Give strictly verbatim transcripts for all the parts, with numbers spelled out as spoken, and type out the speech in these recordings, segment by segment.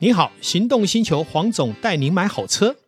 你好，行动星球黄总带您买好车。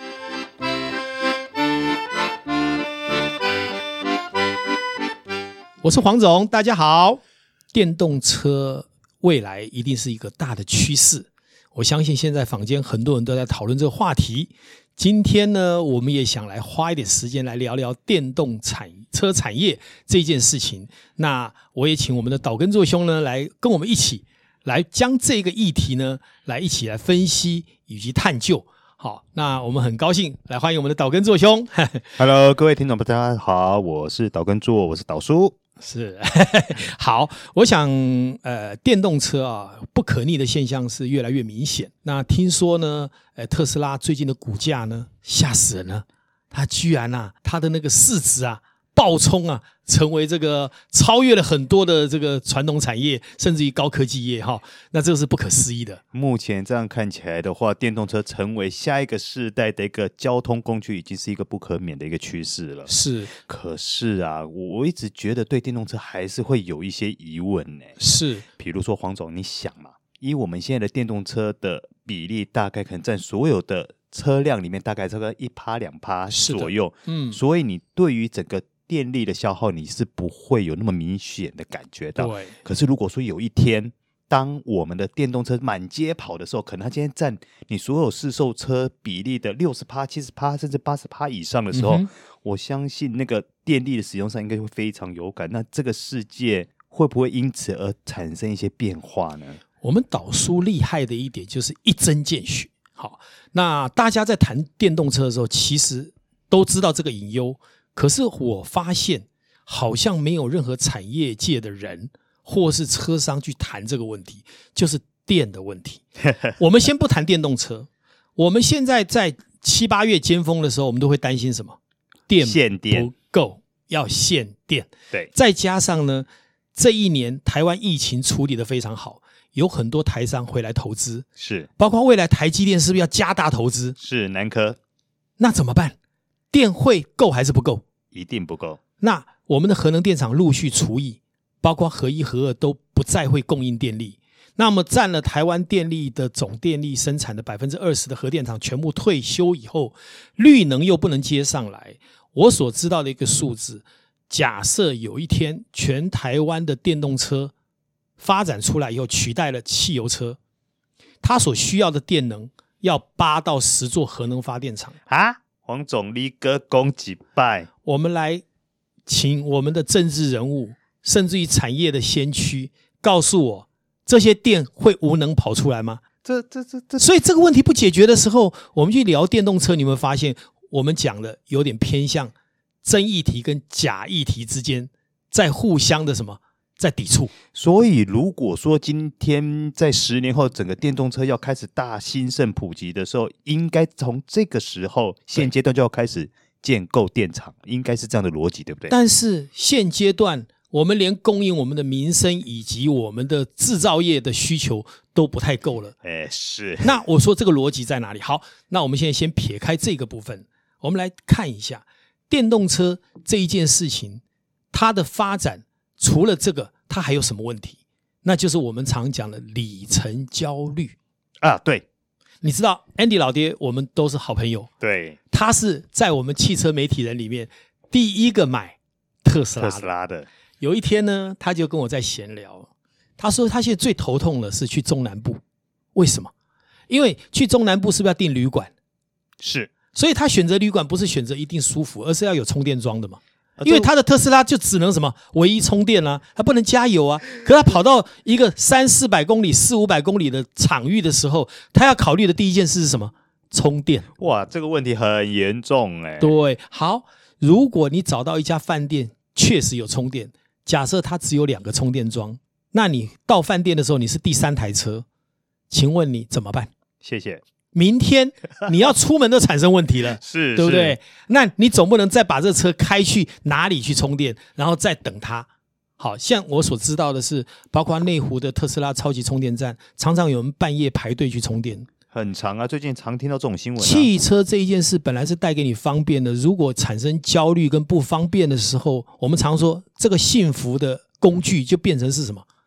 我是黄总，大家好。电动车未来一定是一个大的趋势，我相信现在坊间很多人都在讨论这个话题。今天呢，我们也想来花一点时间来聊聊电动产车产业这件事情。那我也请我们的岛根座兄呢，来跟我们一起来将这个议题呢，来一起来分析以及探究。好，那我们很高兴来欢迎我们的岛根座兄。 Hello， 各位听众大家好，我是岛根座，我是岛叔。 是好，我想呃，电动车啊，不可逆的现象是越来越明显。那听说呢，呃，特斯拉最近的股价呢，吓死人了，它居然啊，它的那个市值啊，暴冲啊，成为这个超越了很多的这个传统产业，甚至于高科技业哈。那这个是不可思议的。 目前这样看起来的话，电动车成为下一个世代的一个交通工具，已经是一个不可免的一个趋势了。 是， 可是啊，我一直觉得对电动车还是会有一些疑问呢。 是， 比如说黄总，你想嘛，以我们现在的电动车的比例，大概可能占所有的车辆里面大概这个一趴两趴左右。嗯，所以你对于整个电力的消耗，你是不会有那么明显的感觉到。 对。 可是如果说有一天，当我们的电动车满街跑的时候，可能它今天占你所有市售车比例的六十趴、七十趴，甚至八十趴以上的时候，嗯，我相信那个电力的使用上应该会非常有感。那这个世界会不会因此而产生一些变化呢？ 我们岛叔厉害的一点就是一针见血。好，那大家在谈电动车的时候，其实都知道这个隐忧。可是我发现好像没有任何产业界的人或是车商去谈这个问题，就是电的问题。我们先不谈电动车，我们现在在七八月尖峰的时候，我们都会担心什么？电不够，要限电。 对， 再加上呢，这一年台湾疫情处理得非常好，有很多台商回来投资， 是， 包括未来台积电是不是要加大投资？ 是，南科。 那怎么办？电会够还是不够？ 一定不够。 那我们的核能电厂陆续除役，包括核一核二都不再会供应电力，那么占了台湾电力的总电力生产的 百分之二十 的核电厂全部退休以后，绿能又不能接上来。我所知道的一个数字，假设有一天全台湾的电动车发展出来以后取代了汽油车，它所需要的电能要八到十座核能发电厂啊！黄总，你哥讲几拜？ 我们来请我们的政治人物，甚至于产业的先驱，告诉我这些电会无能跑出来吗？ 这这这这， 所以这个问题不解决的时候，我们去聊电动车，你们发现我们讲的有点偏向真议题跟假议题之间在互相的什么？在抵触。 所以如果说今天在十年后整个电动车要开始大兴盛普及的时候，应该从这个时候现阶段就要开始建构电厂，应该是这样的逻辑，对不对？ 但是现阶段我们连供应我们的民生以及我们的制造业的需求都不太够了。 哎，是。 那我说这个逻辑在哪里？好，那我们现在先撇开这个部分，我们来看一下电动车这一件事情，它的发展除了这个，它还有什么问题？那就是我们常讲的里程焦虑啊。对， 你知道 Andy 老爹，我们都是好朋友。 对， 他是在我们汽车媒体人里面第一个买特斯拉的。 特斯拉的。 有一天呢，他就跟我在闲聊，他说他现在最头痛的是去中南部。为什么？因为去中南部是不是要订旅馆？ 是， 所以他选择旅馆不是选择一定舒服，而是要有充电桩的嘛。因为他的特斯拉就只能什么唯一充电啊，他不能加油啊。可他跑到一个三四百公里、四五百公里的场域的时候，他要考虑的第一件事是什么？充电。 哇，这个问题很严重哎。 对，好，如果你找到一家饭店确实有充电，假设它只有两个充电桩，那你到饭店的时候你是第三台车，请问你怎么办？ 谢谢。 明天你要出门都产生问题了， 是， 对不对？那你总不能再把这车开去哪里去充电，然后再等它。好像我所知道的是，包括内湖的特斯拉超级充电站，常常有人半夜排队去充电， 很长啊。最近常听到这种新闻啊。 汽车这一件事本来是带给你方便的，如果产生焦虑跟不方便的时候，我们常说这个幸福的工具就变成是什么？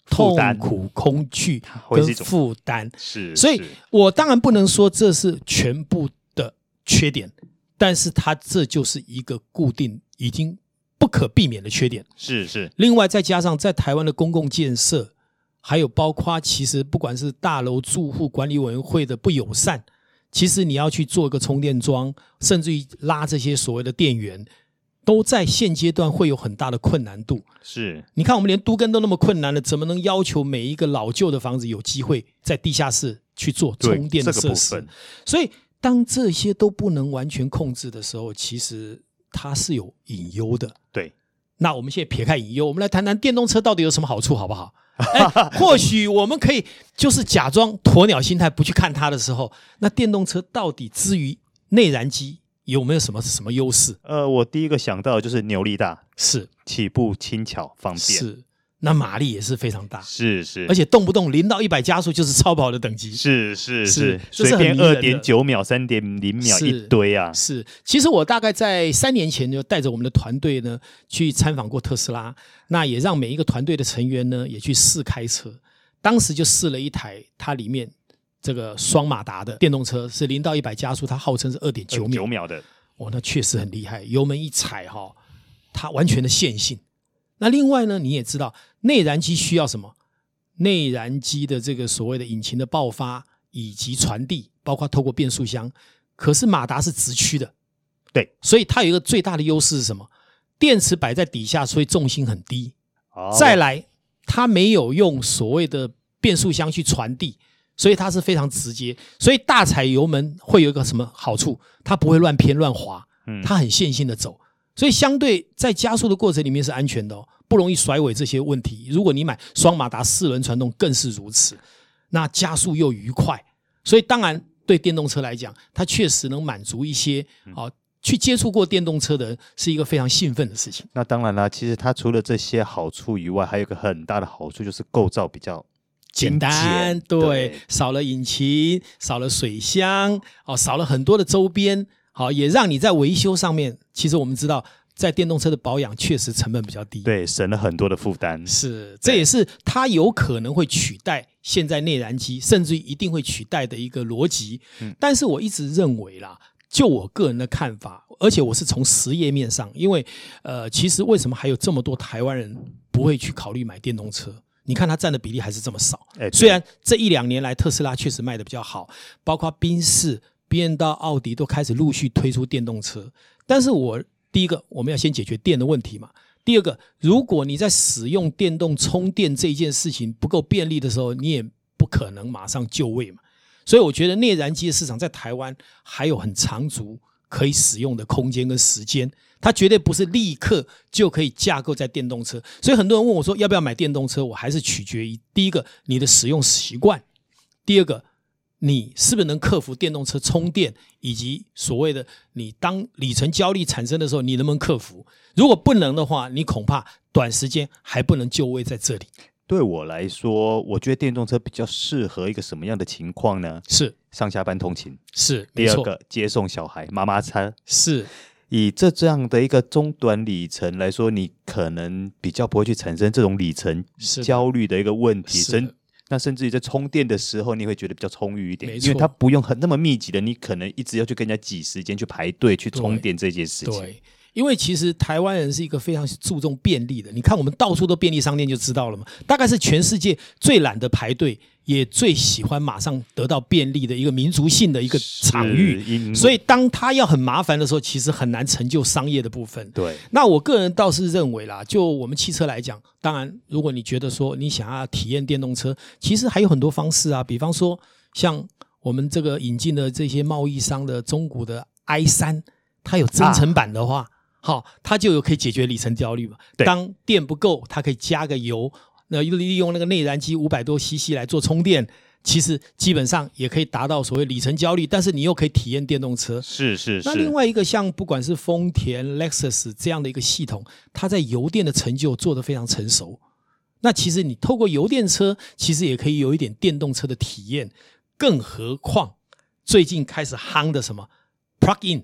痛苦、恐惧跟负担。 是， 所以我当然不能说这是全部的缺点，但是它这就是一个固定、已经不可避免的缺点。 是是。 另外再加上在台湾的公共建设，还有包括其实不管是大楼住户管理委员会的不友善，其实你要去做一个充电桩，甚至于拉这些所谓的电源，都在现阶段会有很大的困难度。 是， 你看我们连都更都那么困难了，怎么能要求每一个老旧的房子有机会在地下室去做充电的设施？所以当这些都不能完全控制的时候，其实它是有隐忧的。 对， 那我们现在撇开隐忧，我们来谈谈电动车到底有什么好处好不好？哎，或许我们可以就是假装鸵鸟心态不去看它的时候，那电动车到底之于内燃机有没有什么什么优势？ 呃，我第一个想到的就是扭力大， 是起步轻巧方便， 是，那马力也是非常大， 是是， 而且动不动零到一百加速就是超跑的等级， 是是是， 随便二点九秒、三点零秒一堆啊！ 是，其实我大概在三年前就带着我们的团队呢去参访过特斯拉，那也让每一个团队的成员呢也去试开车，当时就试了一台它里面这个双马达的电动车，是零到一百加速，它号称是二点九秒， 九秒的， 哦，那确实很厉害，油门一踩哈、哦，它完全的线性。那另外呢，你也知道内燃机需要什么？内燃机的这个所谓的引擎的爆发以及传递，包括透过变速箱。可是马达是直驱的， 对， 所以它有一个最大的优势是什么？电池摆在底下，所以重心很低。 哦、 再来，它没有用所谓的变速箱去传递，所以它是非常直接。所以大踩油门会有一个什么好处？它不会乱偏乱滑，它很线性的走。所以相对在加速的过程里面是安全的哦，不容易甩尾这些问题。如果你买双马达四轮传动更是如此，那加速又愉快。所以当然对电动车来讲，它确实能满足一些、哦、去接触过电动车的人是一个非常兴奋的事情。 那当然啦，其实它除了这些好处以外，还有一个很大的好处就是构造比较简单，对，对，少了引擎，少了水箱、哦、少了很多的周边，好，也让你在维修上面，其实我们知道在电动车的保养确实成本比较低， 对，省了很多的负担。 是，这也是它有可能会取代现在内燃机，甚至于一定会取代的一个逻辑、嗯、但是我一直认为啦，就我个人的看法，而且我是从实业面上，因为呃，其实为什么还有这么多台湾人不会去考虑买电动车，你看它占的比例还是这么少、欸、虽然这一两年来特斯拉确实卖的比较好，包括宾士、B M 到奥迪都开始陆续推出电动车，但是我第一个我们要先解决电的问题嘛，第二个如果你在使用电动充电这一件事情不够便利的时候，你也不可能马上就位嘛，所以我觉得内燃机的市场在台湾还有很长足可以使用的空间跟时间，它绝对不是立刻就可以架构在电动车。所以很多人问我说要不要买电动车，我还是取决于第一个你的使用习惯，第二个你是不是能克服电动车充电，以及所谓的你当里程焦虑产生的时候你能不能克服，如果不能的话，你恐怕短时间还不能就位在这里。 对我来说，我觉得电动车比较适合一个什么样的情况呢？是上下班通勤，是第二个接送小孩妈妈车，是以这这样的一个中短里程来说，你可能比较不会去产生这种里程焦虑的一个问题，甚那甚至于在充电的时候你会觉得比较充裕一点，因为它不用很那么密集的，你可能一直要去跟人家挤时间去排队去充电这件事情。 对，因为其实台湾人是一个非常注重便利的，你看我们到处都便利商店就知道了嘛，大概是全世界最懒得排队也最喜欢马上得到便利的一个民族性的一个场域，所以当他要很麻烦的时候，其实很难成就商业的部分。对，那我个人倒是认为啦，就我们汽车来讲，当然如果你觉得说你想要体验电动车，其实还有很多方式啊，比方说像我们这个引进的这些贸易商的中古的 i 三， 它有增程版的话、啊好，它就有可以解决里程焦虑嘛。当电不够，它可以加个油，那利用那个内燃机五百多 C C 来做充电，其实基本上也可以达到所谓里程焦虑，但是你又可以体验电动车。是是是。那另外一个像不管是丰田、Lexus 这样的一个系统，它在油电的成就做得非常成熟。那其实你透过油电车，其实也可以有一点电动车的体验。更何况最近开始夯的什么 plug in。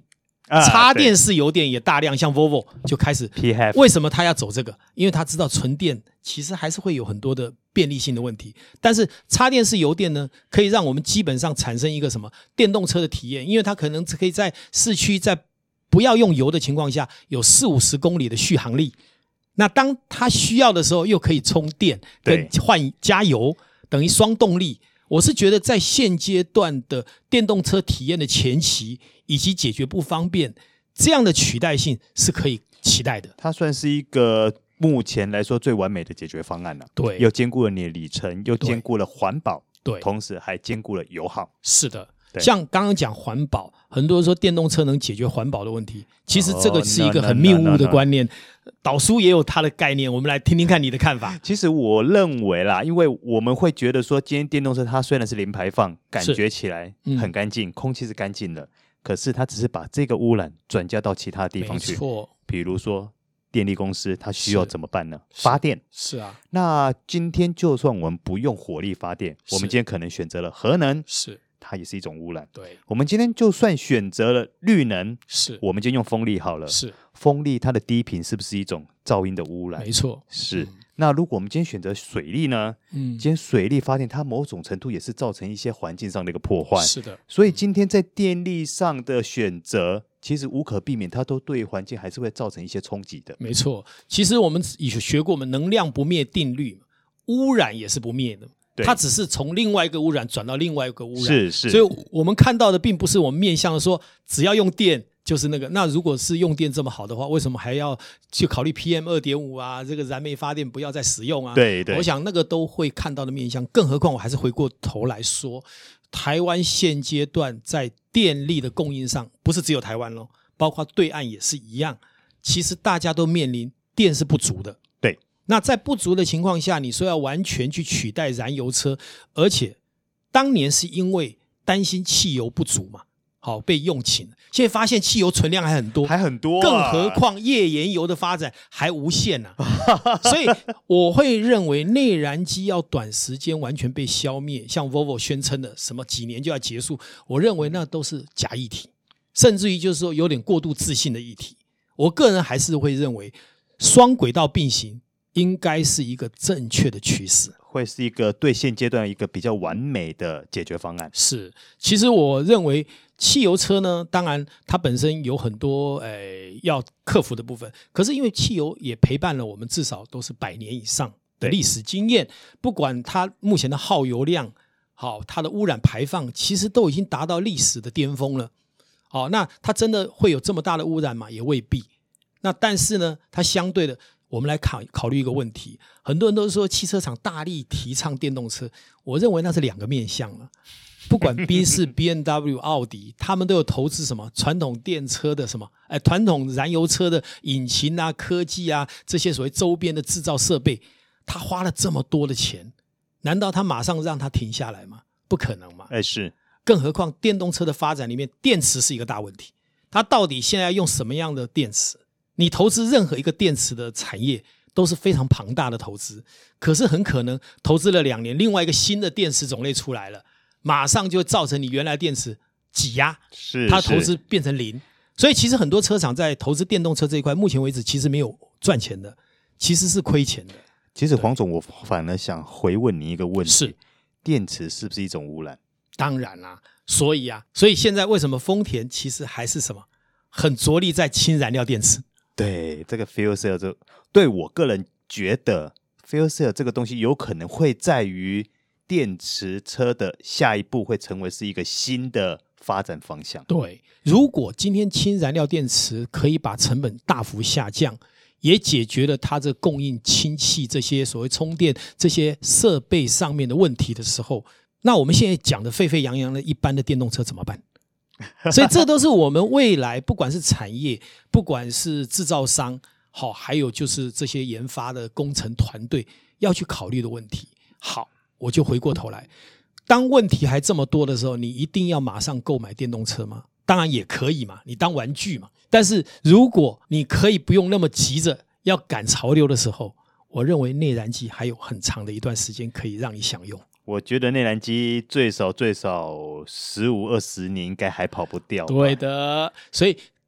啊插电式油电也大量，像 Volvo 就开始 P H E V 为什么他要走这个？因为他知道纯电其实还是会有很多的便利性的问题，但是插电式油电呢，可以让我们基本上产生一个什么电动车的体验，因为它可能可以在市区在不要用油的情况下，有四五十公里的续航力。那当它需要的时候，又可以充电跟换加油，等于双动力。我是觉得在现阶段的电动车体验的前期，以及解决不方便，这样的取代性是可以期待的。 它算是一个目前来说最完美的解决方案了。 对， 又兼顾了你的里程，又兼顾了环保， 对， 同时还兼顾了油耗。 是的。像刚刚讲环保，很多人说电动车能解决环保的问题，其实这个是一个很谬误的观念。导叔也有他的概念，我们来听听看你的看法。 其实我认为啦，因为我们会觉得说，今天电动车它虽然是零排放，感觉起来很干净，嗯、空气是干净的，可是它只是把这个污染转嫁到其他地方去。 没错， 比如说电力公司，它需要怎么办呢？发电。 是啊。 那今天就算我们不用火力发电，我们今天可能选择了核能。 是。 它也是一种污染。 对， 我们今天就算选择了绿能， 是， 我们今天用风力好了。 是， 风力它的低频是不是一种噪音的污染？ 没错， 是。嗯、那如果我们今天选择水力呢？嗯，今天水力发电，它某种程度也是造成一些环境上的一个破坏。 是的。 所以今天在电力上的选择，其实无可避免，它都对环境还是会造成一些冲击的。 没错，其实我们以前学过，我们能量不灭定律，污染也是不灭的。它只是从另外一个污染转到另外一个污染， 是是， 所以我们看到的并不是我们面向的说只要用电就是那个。那如果是用电这么好的话，为什么还要去考虑 P M 二点五 啊？这个燃煤发电不要再使用啊？ 对对， 我想那个都会看到的面向。更何况我还是回过头来说，台湾现阶段在电力的供应上，不是只有台湾咯，包括对岸也是一样。其实大家都面临电是不足的。那在不足的情况下，你说要完全去取代燃油车，而且当年是因为担心汽油不足嘛，好被用尽。现在发现汽油存量还很多， 还很多、啊， 更何况页岩油的发展还无限啊。所以我会认为内燃机要短时间完全被消灭，像 Volvo 宣称的什么几年就要结束，我认为那都是假议题，甚至于就是说有点过度自信的议题。我个人还是会认为双轨道并行应该是一个正确的趋势， 会是一个对现阶段一个比较完美的解决方案。 是，其实我认为汽油车呢，当然它本身有很多呃要克服的部分，可是因为汽油也陪伴了我们至少都是百年以上的历史经验，不管它目前的耗油量，好，它的污染排放其实都已经达到历史的巅峰了。好，那它真的会有这么大的污染吗？也未必。那但是呢，它相对的，我们来考考虑一个问题，很多人都说汽车厂大力提倡电动车，我认为那是两个面向了。不管宾士、B M W、奥迪，他们都有投资什么传统电车的什么，哎，传统燃油车的引擎啊、科技啊这些所谓周边的制造设备，他花了这么多的钱，难道他马上让它停下来吗？不可能嘛。 哎，是。 更何况电动车的发展里面，电池是一个大问题。它到底现在用什么样的电池？你投资任何一个电池的产业都是非常庞大的投资，可是很可能投资了两年，另外一个新的电池种类出来了，马上就造成你原来电池挤压， 是它投资变成零。所以其实很多车厂在投资电动车这一块，目前为止其实没有赚钱的，其实是亏钱的。 其实黄总，我反而想回问你一个问题： 是电池是不是一种污染？ 当然啦、啊，所以啊，所以现在为什么丰田其实还是什么很着力在氢燃料电池？ 对，这个 fuel cell 这对我个人觉得 fuel cell 这个东西有可能会在于电池车的下一步会成为是一个新的发展方向。 对，如果今天氢燃料电池可以把成本大幅下降，也解决了它这供应氢气这些所谓充电这些设备上面的问题的时候，那我们现在讲的沸沸扬扬的一般的电动车怎么办？所以这都是我们未来不管是产业，不管是制造商，好，还有就是这些研发的工程团队要去考虑的问题。好，我就回过头来，当问题还这么多的时候，你一定要马上购买电动车吗？当然也可以嘛，你当玩具嘛。但是如果你可以不用那么急着要赶潮流的时候，我认为内燃机还有很长的一段时间可以让你享用。 我觉得内燃机最少最少十五二十年应该还跑不掉。 对的，所以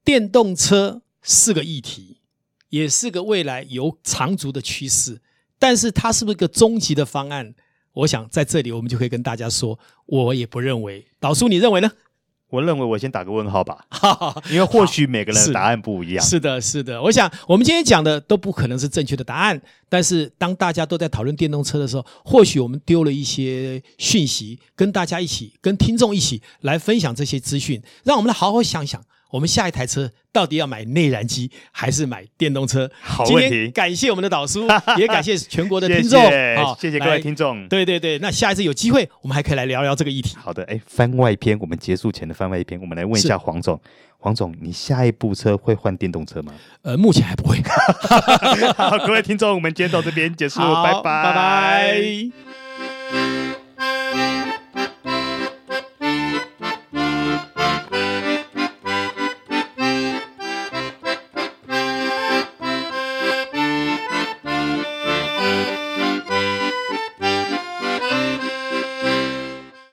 电动车是个议题，也是个未来有长足的趋势，但是它是不是一个终极的方案？我想在这里我们就可以跟大家说，我也不认为。导叔，你认为呢？ 我认为我先打个问号吧，因为或许每个人的答案不一样。 是的，是的。我想我们今天讲的都不可能是正确的答案，但是当大家都在讨论电动车的时候，或许我们丢了一些讯息，跟大家一起，跟听众一起来分享这些资讯，让我们来好好想想，我们下一台车到底要买内燃机还是买电动车？ 好问题。 今天感谢我们的导叔，也感谢全国的听众， 谢谢、哦、谢谢各位听众。 对对对，那下一次有机会，我们还可以来聊聊这个议题。 好的，哎，番外篇，我们结束前的番外篇，我们来问一下黄总。黄总，你下一部车会换电动车吗？ 呃，目前还不会。 好，各位听众，我们今天到这边结束，拜拜， 拜拜。